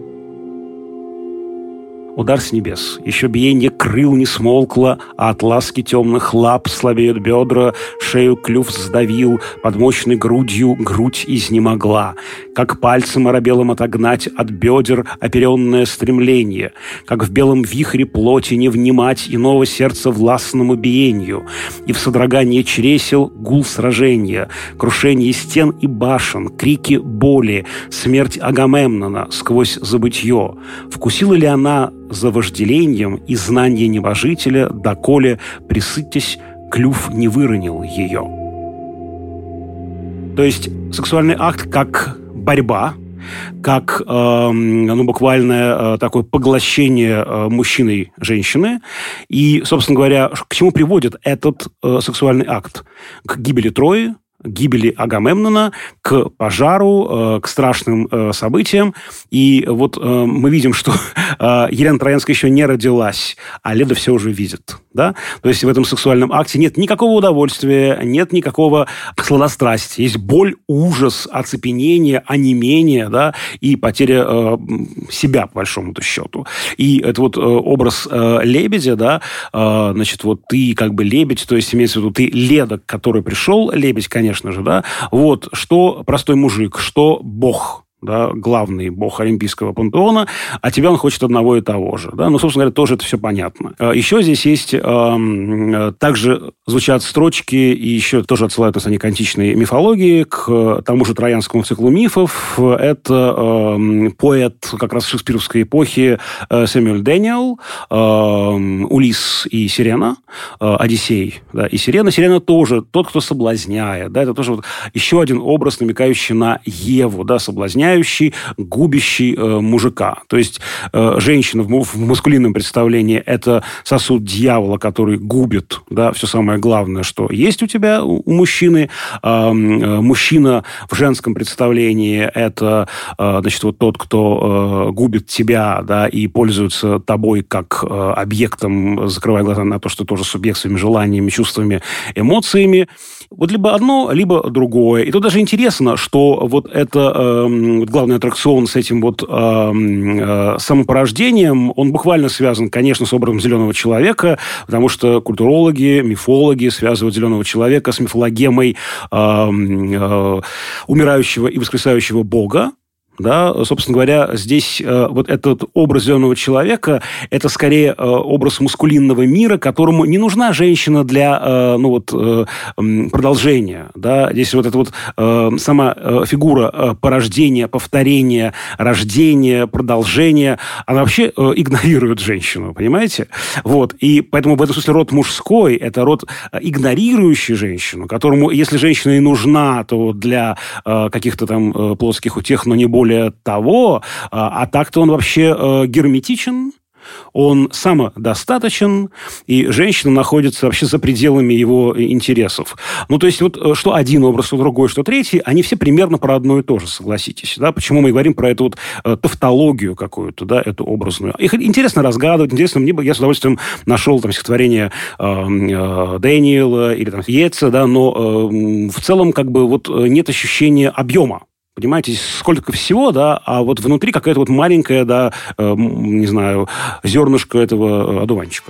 Удар с небес. Еще биение крыл не смолкло, а от ласки темных лап слабеют бедра, шею клюв сдавил, под мощной грудью грудь изнемогла. Как пальцем оробелым отогнать от бедер оперенное стремление, как в белом вихре плоти не внимать иного сердца властному биению, и в содрогании чресел гул сражения, крушение стен и башен, крики боли, смерть Агамемнона сквозь забытье. Вкусила ли она за вожделением и знание небожителя, доколе, присытясь, клюв не выронил ее? То есть сексуальный акт как борьба, как буквальное такое поглощение мужчиной женщины. И, собственно говоря, к чему приводит этот сексуальный акт? К гибели Трои, гибели Агамемнона, к пожару, к страшным событиям. И вот мы видим, что Елена Троянская еще не родилась, а Леда все уже видит. Да? То есть в этом сексуальном акте нет никакого удовольствия, нет никакого сладострастия. Есть боль, ужас, оцепенение, онемение, да, и потеря себя, по большому счету. И это вот образ лебедя, да, значит, вот ты как бы лебедь, то есть имеется в виду ты Леда, к которой пришел, лебедь, конечно же, да, вот, что простой мужик, что бог, да, главный бог олимпийского пантеона, а тебя он хочет одного и того же. Да? Ну, собственно говоря, тоже это все понятно. Еще здесь есть, также звучат строчки, и еще тоже отсылают нас они к античной мифологии, к тому же троянскому циклу мифов. Это поэт как раз шекспировской эпохи Сэмюэль Дэниел, Улисс и Сирена, Одиссей, да, и Сирена. Сирена тоже тот, кто соблазняет. Да, это тоже вот еще один образ, намекающий на Еву, да, соблазняющий, губящий мужика. То есть женщина в маскулинном представлении – это сосуд дьявола, который губит, да, все самое главное, что есть у тебя, у мужчины. Мужчина в женском представлении – это, значит, вот тот, кто губит тебя, да, и пользуется тобой как объектом, закрывая глаза на то, что тоже субъект своими желаниями, чувствами, эмоциями. Вот либо одно, либо другое. И тут даже интересно, что вот это главный аттракцион с этим вот самопорождением, он буквально связан, конечно, с образом зеленого человека, потому что культурологи, мифологи связывают зеленого человека с мифологемой умирающего и воскресающего бога. Да, собственно говоря, здесь вот этот образ зеленого человека – это скорее образ маскулинного мира, которому не нужна женщина для продолжения. Да? Здесь вот эта вот сама фигура порождения, повторения, рождения, продолжения, она вообще игнорирует женщину, понимаете? Вот. И поэтому в этом смысле род мужской – это род, игнорирующий женщину, которому, если женщина и нужна, то для каких-то там плотских утех, но не более того, а так-то он вообще герметичен, он самодостаточен, и женщина находится вообще за пределами его интересов. Ну, то есть, вот что один образ, что другой, что третий, они все примерно про одно и то же, согласитесь. Да? Почему мы говорим про эту вот тавтологию какую-то, да, эту образную. Их интересно разгадывать, интересно мне бы, я с удовольствием нашел там стихотворение Дэниела или там Йеца, да, но в целом как бы вот нет ощущения объема. Понимаете, сколько всего, да, а вот внутри какая-то вот маленькая, да, не знаю, зернышко этого одуванчика.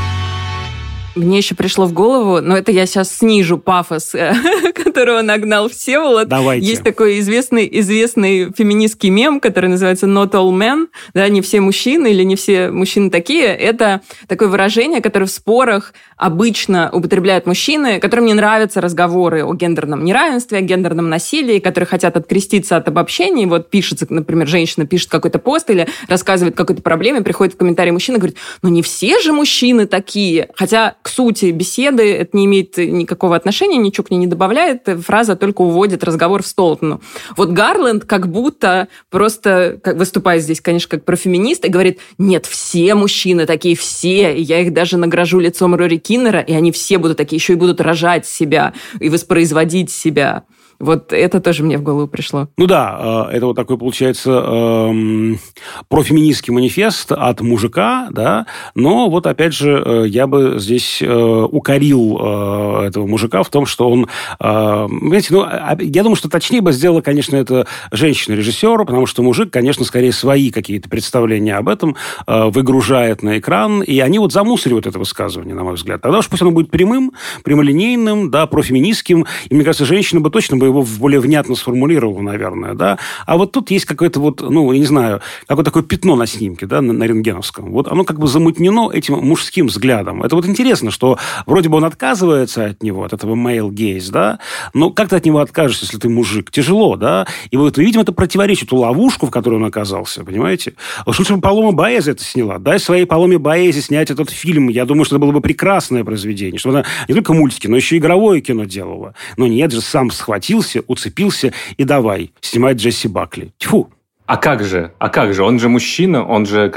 Мне еще пришло в голову, но это я сейчас снижу пафос, которого нагнал Всеволод. Давайте. Есть такой известный феминистский мем, который называется «Not all men», да, не все мужчины или не все мужчины такие. Это такое выражение, которое в спорах обычно употребляют мужчины, которым не нравятся разговоры о гендерном неравенстве, о гендерном насилии, которые хотят откреститься от обобщений. Вот пишется, например, женщина пишет какой-то пост или рассказывает о какой-то проблеме, приходит в комментарий мужчина и говорит, ну не все же мужчины такие. Хотя к сути беседы это не имеет никакого отношения, ничего к ней не добавляет, фраза только уводит разговор в сторону. Вот Гарланд как будто просто, выступая здесь, конечно, как профеминист, и говорит, нет, все мужчины такие, все, и я их даже награжу лицом Рори Киннера, и они все будут такие, еще и будут рожать себя и воспроизводить себя. Вот это тоже мне в голову пришло. Ну да, это вот такой, получается, профеминистский манифест от мужика, да, но вот опять же я бы здесь укорил этого мужика в том, что он, понимаете, ну, я думаю, что точнее бы сделала, конечно, это женщина-режиссер, потому что мужик, конечно, скорее свои какие-то представления об этом выгружает на экран, и они вот замусоривают это высказывание, на мой взгляд. Тогда уж пусть оно будет прямым, прямолинейным, да, профеминистским, и мне кажется, женщина бы точно бы его более внятно сформулировал, наверное, да. А вот тут есть какое-то вот, ну, я не знаю, какое-то такое пятно на снимке, да, на рентгеновском. Вот оно как бы замутнено этим мужским взглядом. Это вот интересно, что вроде бы он отказывается от него, от этого male gaze, да, но как ты от него откажешься, если ты мужик? Тяжело, да. И вот, видимо, это противоречит ту ловушку, в которой он оказался, понимаете? Лучше бы Палома Боэзе это сняла. Дай своей Паломе Боэзе снять этот фильм. Я думаю, что это было бы прекрасное произведение, чтобы она не только мультики, но еще и игровое кино делала. Но нет же, сам схватился, уцепился и давай снимать Джесси Бакли. Тьфу! А как же? Он же мужчина, он же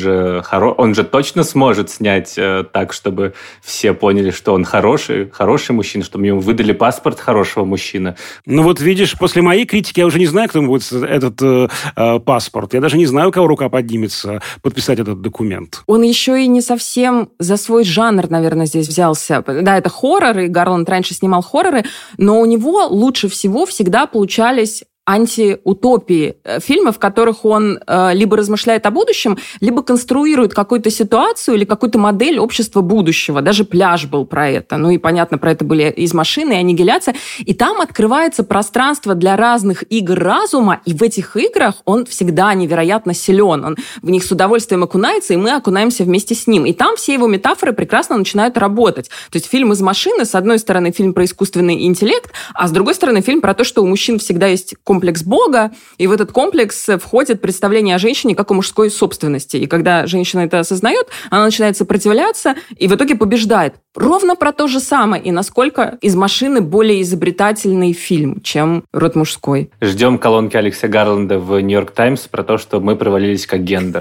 точно сможет снять так, чтобы все поняли, что он хороший мужчина, чтобы ему выдали паспорт хорошего мужчины. Ну вот видишь, после моей критики я уже не знаю, кто будет этот паспорт. Я даже не знаю, у кого рука поднимется подписать этот документ. Он еще и не совсем за свой жанр, наверное, здесь взялся. Да, это хоррор, и Гарланд раньше снимал хорроры, но у него лучше всего всегда получались антиутопии. Фильмы, в которых он либо размышляет о будущем, либо конструирует какую-то ситуацию или какую-то модель общества будущего. Даже «Пляж» был про это. Ну и, понятно, про это были «Из машины» и «Аннигиляция». И там открывается пространство для разных игр разума, и в этих играх он всегда невероятно силен. Он в них с удовольствием окунается, и мы окунаемся вместе с ним. И там все его метафоры прекрасно начинают работать. То есть фильм «Из машины», с одной стороны, фильм про искусственный интеллект, а с другой стороны, фильм про то, что у мужчин всегда есть комплекс Бога, и в этот комплекс входит представление о женщине как о мужской собственности. И когда женщина это осознает, она начинает сопротивляться и в итоге побеждает. Ровно про то же самое. И насколько «Из машины» более изобретательный фильм, чем «Род мужской». Ждем колонки Алекса Гарланда в «Нью-Йорк Таймс» про то, что мы провалились как гендер.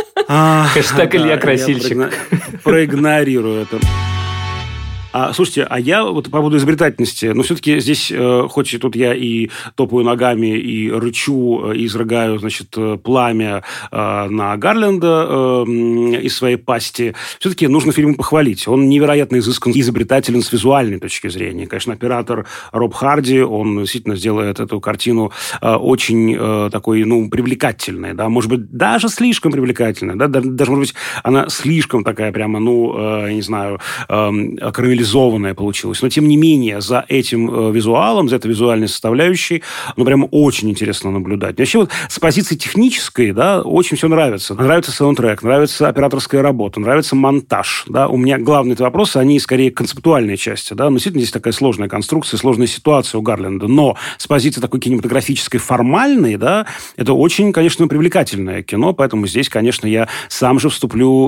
Хэштег Илья Красильщик. Проигнорирую это. Слушайте, а я вот по поводу изобретательности, но все-таки здесь, хоть и тут я и топаю ногами, и рычу, и изрыгаю, значит, пламя на Гарленда из своей пасти, все-таки нужно фильм похвалить. Он невероятно изыскан, изобретателен с визуальной точки зрения. Конечно, оператор Роб Харди, он действительно сделает эту картину очень такой, привлекательной, да, может быть, даже слишком привлекательной, да, даже, может быть, она слишком такая прямо, я не знаю, карамелизованная получилась. Но, тем не менее, за этим визуалом, за этой визуальной составляющей, прямо очень интересно наблюдать. И вообще, вот с позиции технической, да, очень все нравится. Нравится саундтрек, нравится операторская работа, нравится монтаж, да. У меня главные вопросы, они скорее концептуальные части, да. Но действительно, здесь такая сложная конструкция, сложная ситуация у Гарленда. Но с позиции такой кинематографической, формальной, да, это очень, конечно, привлекательное кино, поэтому здесь, конечно, я сам же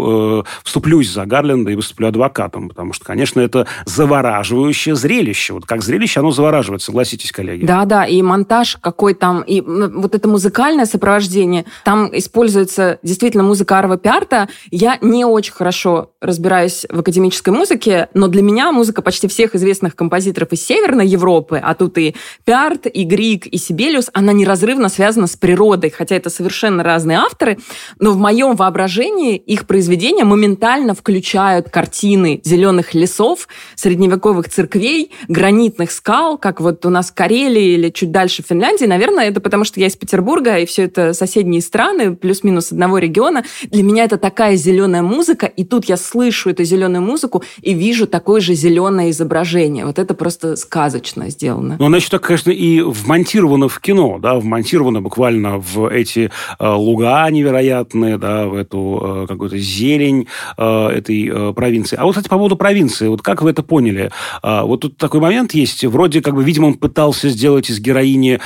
вступлюсь за Гарленда и выступлю адвокатом, потому что, конечно, это завораживающее зрелище. Вот как зрелище оно завораживает, согласитесь, коллеги? Да, и монтаж какой там, и вот это музыкальное сопровождение, там используется действительно музыка Арво Пиарта. Я не очень хорошо разбираюсь в академической музыке, но для меня музыка почти всех известных композиторов из Северной Европы, а тут и Пиарт, и Григ, и Сибелиус, она неразрывно связана с природой, хотя это совершенно разные авторы, но в моем воображении их произведения моментально включают картины зеленых лесов, средневековых церквей, гранитных скал, как вот у нас в Карелии или чуть дальше в Финляндии. Наверное, это потому, что я из Петербурга, и все это соседние страны, плюс-минус одного региона. Для меня это такая зеленая музыка, и тут я слышу эту зеленую музыку и вижу такое же зеленое изображение. Вот это просто сказочно сделано. Но она еще так, конечно, и вмонтирована в кино, да, вмонтирована буквально в эти луга невероятные, да, в эту какую-то зелень этой провинции. А вот, кстати, по поводу провинции, вот как вы это поняли? Вот тут такой момент есть, вроде как бы, видимо, он пытался сделать из героини,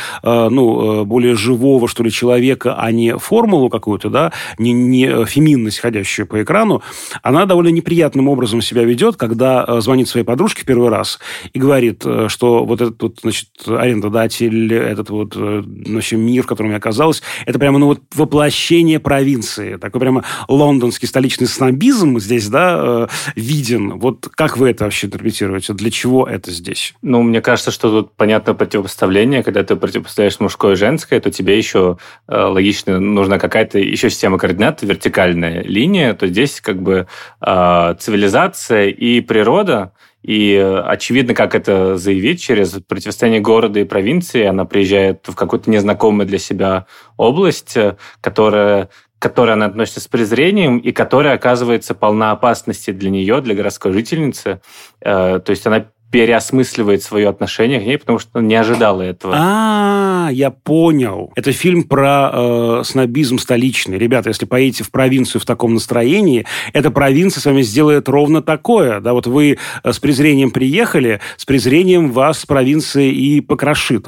более живого, что ли, человека, а не формулу какую-то, да, не феминность, ходящую по экрану. Она довольно неприятным образом себя ведет, когда звонит своей подружке в первый раз и говорит, что вот этот вот, значит, арендодатель, этот вот, вообще мир, в котором я оказалась, это прямо, воплощение провинции. Такой прямо лондонский столичный снобизм здесь, да, виден. Вот как вы это вообще интерпретируете? Для чего это здесь? Мне кажется, что тут понятно противопоставление. Когда ты противопоставляешь мужское и женское, то тебе еще логично нужна какая-то еще система координат, вертикальная линия. То здесь как бы цивилизация и природа. И очевидно, как это заявить через противостояние города и провинции. Она приезжает в какую-то незнакомую для себя область, которая она относится с презрением и которая оказывается полна опасности для нее, для городской жительницы. То есть она переосмысливает свое отношение к ней, потому что не ожидала этого. Я понял. Это фильм про снобизм столичный. Ребята, если поедете в провинцию в таком настроении, эта провинция с вами сделает ровно такое. Да, вот вы с презрением приехали, с презрением вас провинция и покрошит.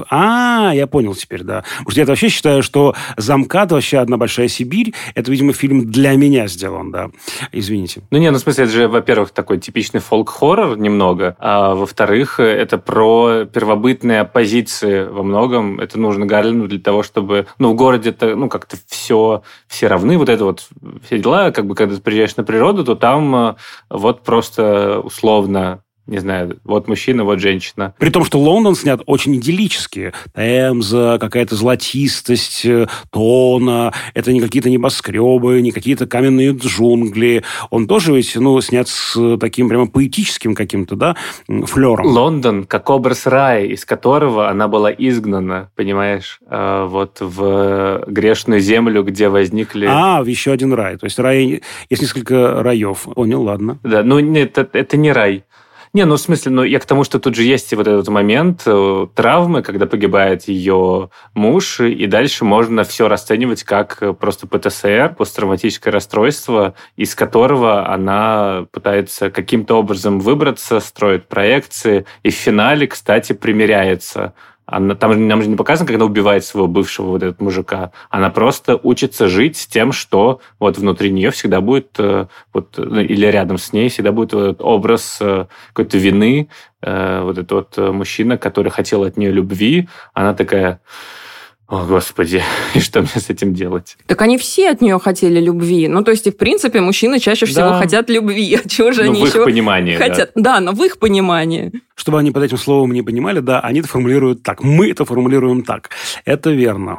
Я понял теперь, да. Потому что я вообще считаю, что «Замкат», вообще «Одна большая Сибирь», это, видимо, фильм для меня сделан, да. Извините. В смысле, это же, во-первых, такой типичный фолк-хоррор немного, а во-вторых, это про первобытные оппозиции во многом. Это нужно Гарленду для того, чтобы... в городе-то, как-то все равны. Вот это вот все дела. Как бы, когда ты приезжаешь на природу, то там вот просто условно не знаю, вот мужчина, вот женщина. При том, что Лондон снят очень идиллически. Темза, какая-то золотистость тона, это не какие-то небоскребы, не какие-то каменные джунгли. Он тоже ведь, снят с таким прямо поэтическим каким-то, да, флером. Лондон как образ рая, из которого она была изгнана, понимаешь, вот в грешную землю, где возникли... В еще один рай. То есть есть несколько раев. Понял, ладно. Да, нет, это не рай. Не, в смысле, я к тому, что тут же есть вот этот момент травмы, когда погибает ее муж, и дальше можно все расценивать как просто ПТСР, посттравматическое расстройство, из которого она пытается каким-то образом выбраться, строит проекции, и в финале, кстати, примиряется. Нам же не показано, как она убивает своего бывшего вот этого мужика. Она просто учится жить с тем, что вот внутри нее всегда будет, или рядом с ней всегда будет вот образ какой-то вины. Вот этот вот мужчина, который хотел от нее любви, она такая... О, Господи, и что мне с этим делать? Так они все от нее хотели любви. То есть, в принципе, мужчины чаще всего хотят любви. А чего же они в их понимании, хотят? Да, но в их понимании. Чтобы они под этим словом не понимали, да, они это формулируют так. Мы это формулируем так. Это верно.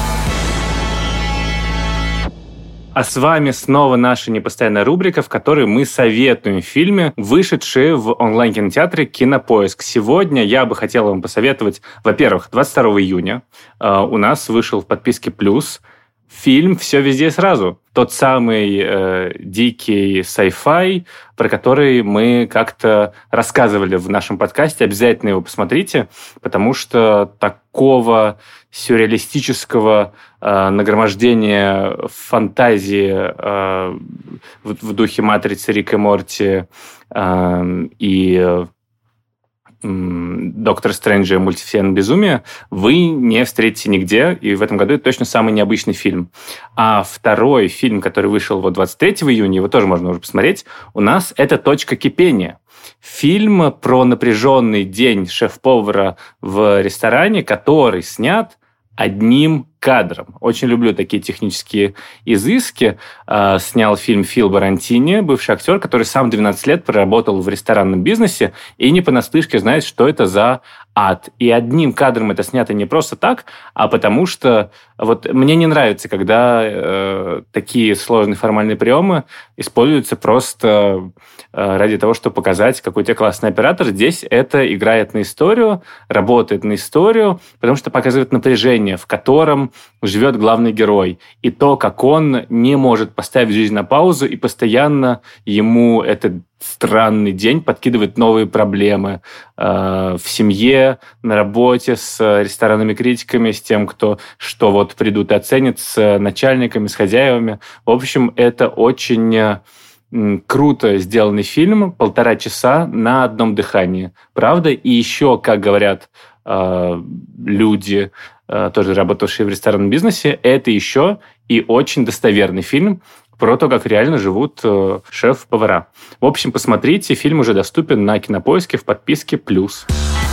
А с вами снова наша непостоянная рубрика, в которой мы советуем фильмы, вышедшие в онлайн-кинотеатре «Кинопоиск». Сегодня я бы хотел вам посоветовать, во-первых, 22 июня у нас вышел в подписке «Плюс» фильм «Все везде сразу». Тот самый дикий sci-fi, про который мы как-то рассказывали в нашем подкасте. Обязательно его посмотрите, потому что такого сюрреалистического нагромождения фантазии в духе «Матрицы», «Рика и Морти» и «Доктор Стрэнджа. Мультивселенная безумия» вы не встретите нигде, и в этом году это точно самый необычный фильм. А второй фильм, который вышел 23 июня, его тоже можно уже посмотреть, у нас это «Точка кипения». Фильм про напряженный день шеф-повара в ресторане, который снят одним кадром. Очень люблю такие технические изыски. Снял фильм Фил Барантини, бывший актер, который сам 12 лет проработал в ресторанном бизнесе и не понаслышке знает, что это за ад. И одним кадром это снято не просто так, а потому что вот мне не нравится, когда такие сложные формальные приемы используются просто ради того, чтобы показать, какой у тебя классный оператор. Здесь это играет на историю, работает на историю, потому что показывает напряжение, в котором живет главный герой. И то, как он не может поставить жизнь на паузу, и постоянно ему этот странный день подкидывает новые проблемы в семье, на работе, с ресторанными критиками, с тем, кто что вот придут и оценят, с начальниками, с хозяевами. В общем, это очень круто сделанный фильм, 1,5 часа на одном дыхании. Правда? И еще, как говорят люди, тоже работавшие в ресторанном бизнесе, это еще и очень достоверный фильм про то, как реально живут шеф-повара. В общем, посмотрите, фильм уже доступен на Кинопоиске в подписке «Плюс».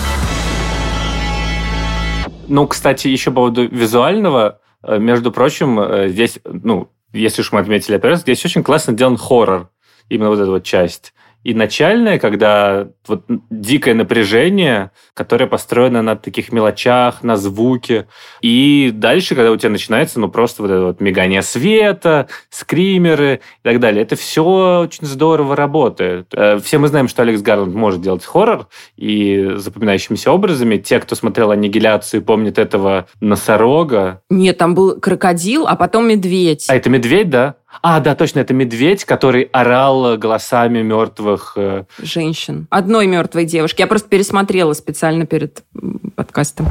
Кстати, еще по поводу визуального, между прочим, здесь, если уж мы отметили операцию, здесь очень классно сделан хоррор, именно вот эта вот часть. И начальное, когда вот дикое напряжение, которое построено на таких мелочах, на звуке. И дальше, когда у тебя начинается, просто вот это вот мигание света, скримеры и так далее. Это все очень здорово работает. Все мы знаем, что Алекс Гарланд может делать хоррор и запоминающимися образами. Те, кто смотрел «Аннигиляцию», помнят этого носорога. Нет, там был крокодил, а потом медведь. А это медведь, да? Да, точно, это медведь, который орал голосами мертвых... женщин. Одной мертвой девушки. Я просто пересмотрела специально перед подкастом.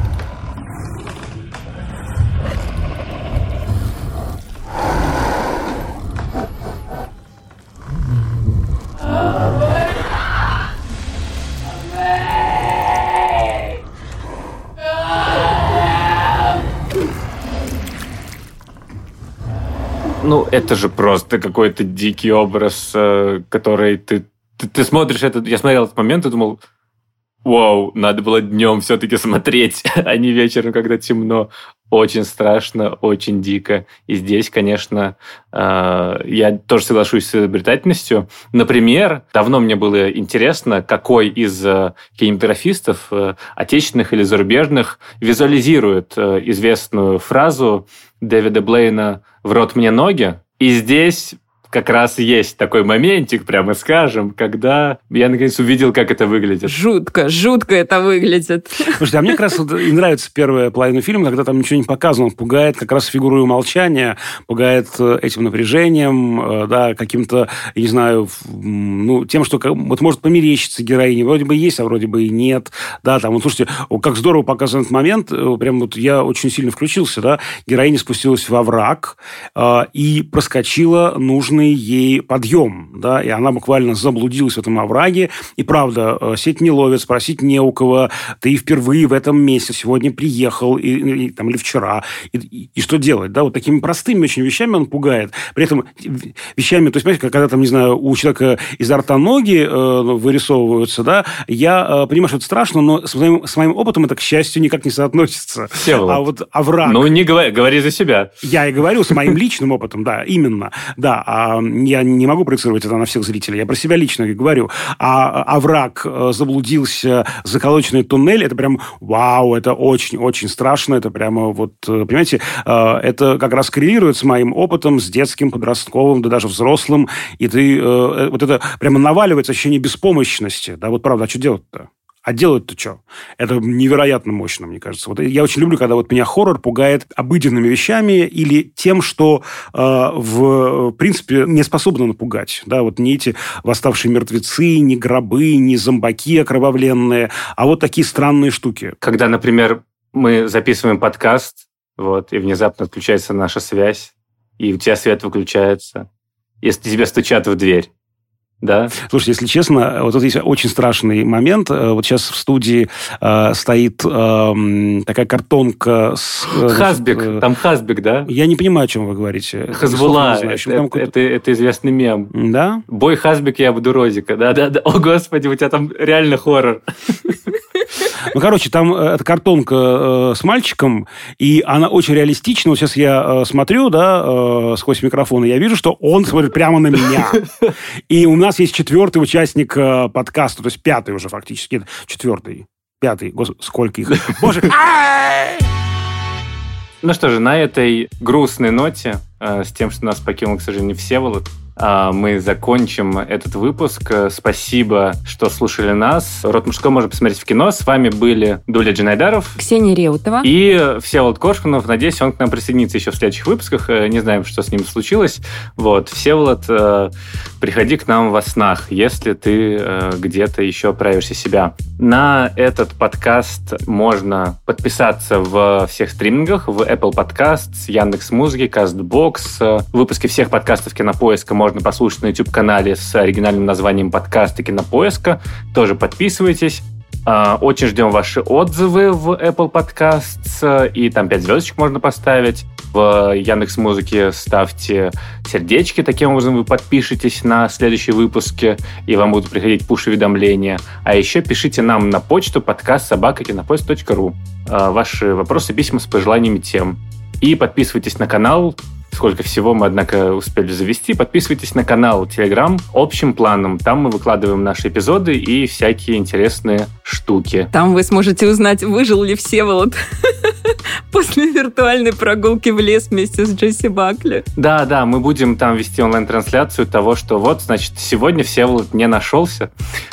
Это же просто какой-то дикий образ, который ты смотришь этот... Я смотрел этот момент и думал, вау, надо было днем все-таки смотреть, а не вечером, когда темно. Очень страшно, очень дико. И здесь, конечно, я тоже соглашусь с изобретательностью. Например, давно мне было интересно, какой из кинематографистов, отечественных или зарубежных, визуализирует известную фразу Дэвида Блейна «В рот мне ноги». И здесь как раз есть такой моментик, прямо скажем, когда я наконец увидел, как это выглядит. Жутко это выглядит. Слушайте, а мне как раз и нравится первая половина фильма, когда там ничего не показано. Он пугает как раз фигурой умолчания, пугает этим напряжением, да, каким-то, я не знаю, тем, что вот может померещиться героине. Вроде бы есть, а вроде бы и нет. Да, там, вот, слушайте, как здорово показан этот момент. Прям вот я очень сильно включился, да. Героиня спустилась во враг и проскочила нужный ей подъем, да, и она буквально заблудилась в этом овраге, и правда, сеть не ловит, спросить не у кого, ты впервые в этом месяце сегодня приехал, или вчера, и что делать, да, вот такими простыми очень вещами он пугает, при этом вещами, то есть, понимаете, когда там, не знаю, у человека изо рта ноги вырисовываются, да, я понимаю, что это страшно, но с моим опытом это, к счастью, никак не соотносится. Всеволод. А вот овраг... Ну, не говори за себя. Я и говорю с моим личным опытом, да, именно, да, я не могу проецировать это на всех зрителей. Я про себя лично говорю. А овраг, заблудился, заколоченный туннель, это прям вау, это очень-очень страшно. Это прямо вот, понимаете, это как раз коррелирует с моим опытом, с детским, подростковым, да даже взрослым. И ты вот это прямо наваливается ощущение беспомощности. Да, вот правда, а что делать-то? А делать-то что? Это невероятно мощно, мне кажется. Вот я очень люблю, когда вот меня хоррор пугает обыденными вещами или тем, что, в принципе, не способно напугать. Да, вот не эти восставшие мертвецы, не гробы, не зомбаки окровавленные, а вот такие странные штуки. Когда, например, мы записываем подкаст, вот, и внезапно отключается наша связь, и у тебя свет выключается, если тебе стучат в дверь. Да. Слушайте, если честно, вот тут есть очень страшный момент. Вот сейчас в студии стоит такая картонка с... Хасбик. Там Хасбик, да? Я не понимаю, о чем вы говорите. Хазбулла. Это известный мем. Да? Бой Хасбик, я буду Розика. Да-да-да. О, Господи, у тебя там реально хоррор. Ну, короче, там эта картонка с мальчиком, и она очень реалистична. Вот сейчас я смотрю, да, сквозь микрофон, и я вижу, что он смотрит прямо на меня. И у нас есть 4-й участник подкаста, то есть 5-й уже фактически. 4-й, 5-й. Господи, сколько их? Боже! Ну что же, на этой грустной ноте, с тем, что нас покинул, к сожалению, Всеволод, мы закончим этот выпуск. Спасибо, что слушали нас. «Род мужской» можно посмотреть в кино. С вами были Дуля Джинайдаров, Ксения Реутова и Всеволод Коршунов. Надеюсь, он к нам присоединится еще в следующих выпусках. Не знаем, что с ним случилось. Вот. Всеволод, приходи к нам во снах, если ты где-то еще проявишь себя. На этот подкаст можно подписаться в всех стримингах, в Apple Podcasts, Яндекс.Музыке, Castbox. Выпуски всех подкастов Кинопоиска можно послушать на YouTube-канале с оригинальным названием подкаста Кинопоиска. Тоже подписывайтесь. Очень ждем ваши отзывы в Apple Podcasts, и там 5 звездочек можно поставить. В Яндекс.Музыке ставьте сердечки, таким образом вы подпишетесь на следующие выпуски, и вам будут приходить пуш-уведомления. А еще пишите нам на почту podcast@kinopoisk.ru ваши вопросы, письма с пожеланиями тем. И подписывайтесь на канал. Сколько всего мы, однако, успели завести. Подписывайтесь на канал Telegram общим планом. Там мы выкладываем наши эпизоды и всякие интересные штуки. Там вы сможете узнать, выжил ли Всеволод после виртуальной прогулки в лес вместе с Джесси Бакли. Да, мы будем там вести онлайн-трансляцию того, что вот, значит, сегодня Всеволод не нашелся.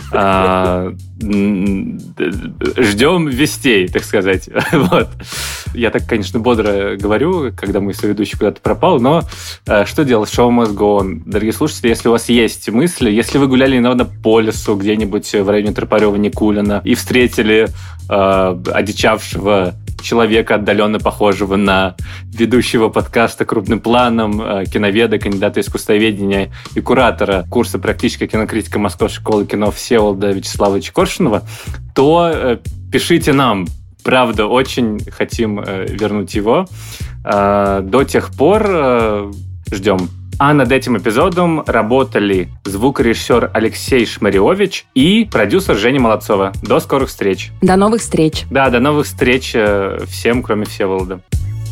Ждем вестей, так сказать. Вот. Я так, конечно, бодро говорю, когда мой соведущий куда-то пропал, но что делать? Show must go on. Дорогие слушатели, если у вас есть мысли, если вы гуляли недавно по лесу где-нибудь в районе Тропарева-Никулина и встретили одичавшего человека, отдаленно похожего на ведущего подкаста «Крупным планом», киноведа, кандидата искусствоведения и куратора курса «Практическая кинокритика Московской школы кино» Всеволода Вячеславовича Коршунова, то пишите нам. Правда, очень хотим вернуть его. До тех пор ждем. А над этим эпизодом работали звукорежиссер Алексей Шмариович и продюсер Женя Молодцова. До скорых встреч. До новых встреч. Да, до новых встреч всем, кроме Всеволода.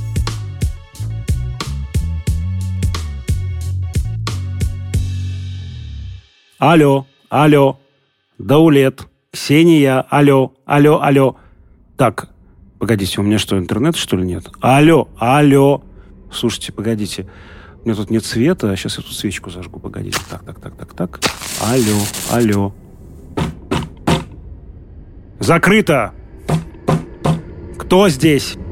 Алло, Даулет, Ксения, алло. Так, погодите, у меня что, интернет, что ли, нет? Алло. Слушайте, погодите. У меня тут нет света, сейчас я тут свечку зажгу, погодите. Так. Алло. Закрыто! Кто здесь?